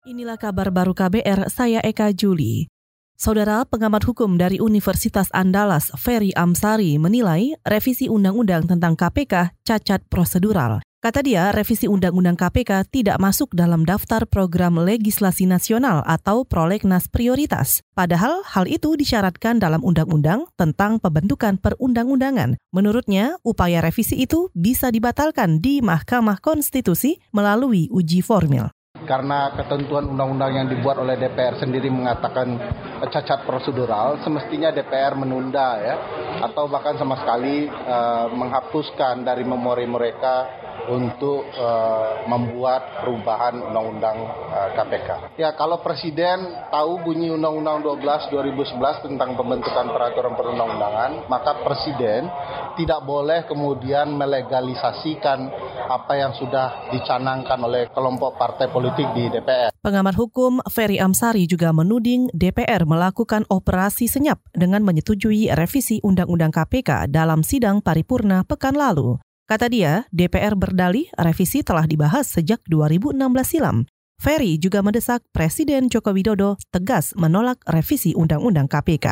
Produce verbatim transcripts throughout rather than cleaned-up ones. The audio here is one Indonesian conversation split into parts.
Inilah kabar baru K B R, saya Eka Juli. Saudara pengamat hukum dari Universitas Andalas, Ferry Amsari, menilai revisi undang-undang tentang K P K cacat prosedural. Kata dia, revisi undang-undang K P K tidak masuk dalam daftar program legislasi nasional atau prolegnas prioritas. Padahal hal itu disyaratkan dalam undang-undang tentang pembentukan perundang-undangan. Menurutnya, upaya revisi itu bisa dibatalkan di Mahkamah Konstitusi melalui uji formil. Karena ketentuan undang-undang yang dibuat oleh D P R sendiri mengatakan cacat prosedural, semestinya D P R menunda ya, atau bahkan sama sekali uh, menghapuskan dari memori mereka untuk uh, membuat perubahan undang-undang uh, K P K. Ya, kalau Presiden tahu bunyi Undang-Undang dua belas dua ribu sebelas tentang pembentukan peraturan perundang-undangan, maka Presiden tidak boleh kemudian melegalisasikan apa yang sudah dicanangkan oleh kelompok partai politik di D P R. Pengamat hukum Ferry Amsari juga menuding D P R melakukan operasi senyap dengan menyetujui revisi Undang-Undang K P K dalam sidang paripurna pekan lalu. Kata dia, D P R berdalih revisi telah dibahas sejak dua ribu enam belas silam. Ferry juga mendesak Presiden Joko Widodo tegas menolak revisi Undang-Undang K P K.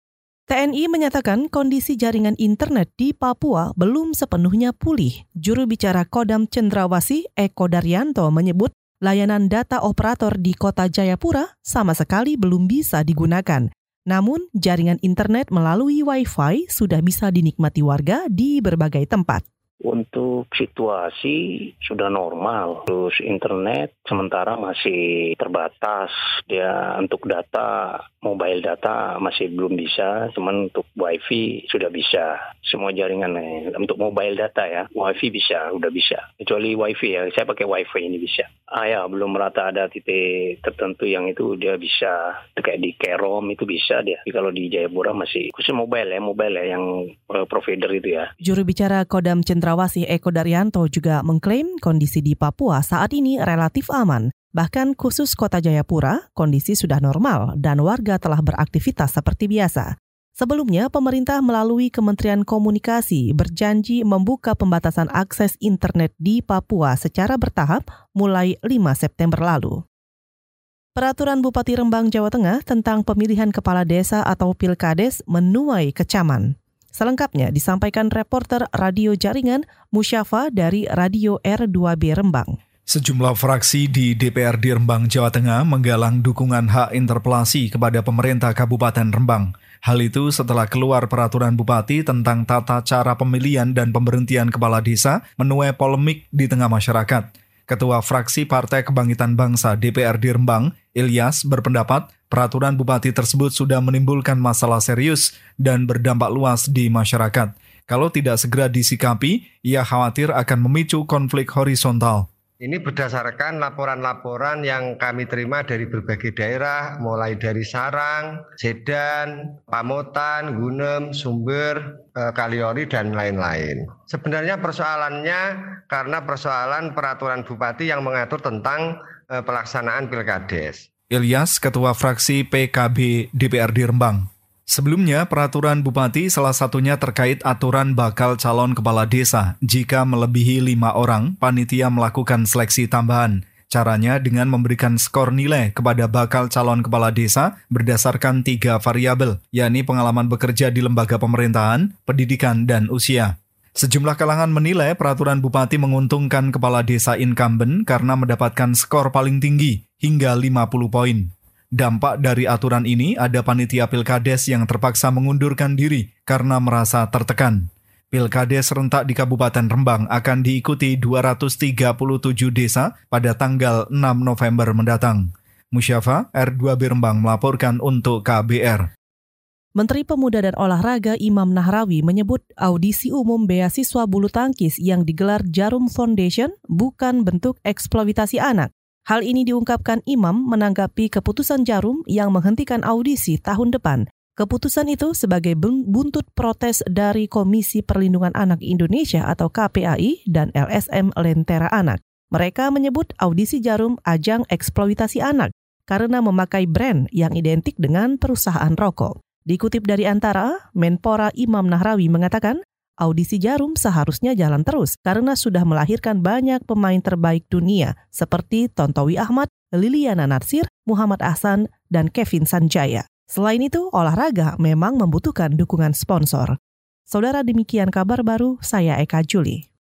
T N I menyatakan kondisi jaringan internet di Papua belum sepenuhnya pulih. Juru bicara Kodam Cendrawasih Eko Daryanto menyebut layanan data operator di Kota Jayapura sama sekali belum bisa digunakan. Namun, jaringan internet melalui Wi-Fi sudah bisa dinikmati warga di berbagai tempat. Untuk situasi sudah normal, terus internet sementara masih terbatas. Dia untuk data, mobile data masih belum bisa, cuman untuk wifi sudah bisa. Semua jaringan untuk mobile data ya, wifi bisa, udah bisa. Kecuali wifi ya, saya pakai wifi ini bisa. Ah ya, belum merata ada titik tertentu yang itu dia bisa, kayak di Kerom itu bisa dia. Tapi kalau di Jayapura masih khusus mobile ya, mobile ya yang uh, provider itu ya. Juru bicara Kodam Cendrawasih Eko Daryanto juga mengklaim kondisi di Papua saat ini relatif aman. Bahkan khusus Kota Jayapura, kondisi sudah normal dan warga telah beraktivitas seperti biasa. Sebelumnya, pemerintah melalui Kementerian Komunikasi berjanji membuka pembatasan akses internet di Papua secara bertahap mulai lima September lalu. Peraturan Bupati Rembang, Jawa Tengah tentang pemilihan kepala desa atau Pilkades menuai kecaman. Selengkapnya disampaikan reporter Radio Jaringan Musyafa dari Radio R dua B Rembang. Sejumlah fraksi di D P R D Rembang, Jawa Tengah menggalang dukungan hak interpelasi kepada pemerintah Kabupaten Rembang. Hal itu setelah keluar peraturan Bupati tentang tata cara pemilihan dan pemberhentian kepala desa menuai polemik di tengah masyarakat. Ketua fraksi Partai Kebangkitan Bangsa D P R D Rembang, Ilyas, berpendapat peraturan Bupati tersebut sudah menimbulkan masalah serius dan berdampak luas di masyarakat. Kalau tidak segera disikapi, ia khawatir akan memicu konflik horizontal. Ini berdasarkan laporan-laporan yang kami terima dari berbagai daerah, mulai dari Sarang, Sedan, Pamotan, Gunem, Sumber, Kaliori, dan lain-lain. Sebenarnya persoalannya karena persoalan peraturan Bupati yang mengatur tentang pelaksanaan Pilkades. Ilyas, Ketua Fraksi P K B D P R D Rembang. Sebelumnya, peraturan Bupati salah satunya terkait aturan bakal calon kepala desa. Jika melebihi lima orang, panitia melakukan seleksi tambahan. Caranya dengan memberikan skor nilai kepada bakal calon kepala desa berdasarkan tiga variabel, yakni pengalaman bekerja di lembaga pemerintahan, pendidikan, dan usia. Sejumlah kalangan menilai peraturan Bupati menguntungkan kepala desa incumbent karena mendapatkan skor paling tinggi, hingga lima puluh poin. Dampak dari aturan ini ada panitia Pilkades yang terpaksa mengundurkan diri karena merasa tertekan. Pilkades serentak di Kabupaten Rembang akan diikuti dua ratus tiga puluh tujuh desa pada tanggal enam November mendatang. Musyafa, R dua B Rembang melaporkan untuk K B R. Menteri Pemuda dan Olahraga Imam Nahrawi menyebut audisi umum beasiswa bulu tangkis yang digelar Jarum Foundation bukan bentuk eksploitasi anak. Hal ini diungkapkan Imam menanggapi keputusan Jarum yang menghentikan audisi tahun depan. Keputusan itu sebagai buntut protes dari Komisi Perlindungan Anak Indonesia atau K P A I dan L S M Lentera Anak. Mereka menyebut audisi Jarum ajang eksploitasi anak karena memakai brand yang identik dengan perusahaan rokok. Dikutip dari Antara, Menpora Imam Nahrawi mengatakan, audisi Jarum seharusnya jalan terus karena sudah melahirkan banyak pemain terbaik dunia seperti Tontowi Ahmad, Liliana Natsir, Muhammad Ahsan, dan Kevin Sanjaya. Selain itu, olahraga memang membutuhkan dukungan sponsor. Saudara, demikian kabar baru, saya Eka Juli.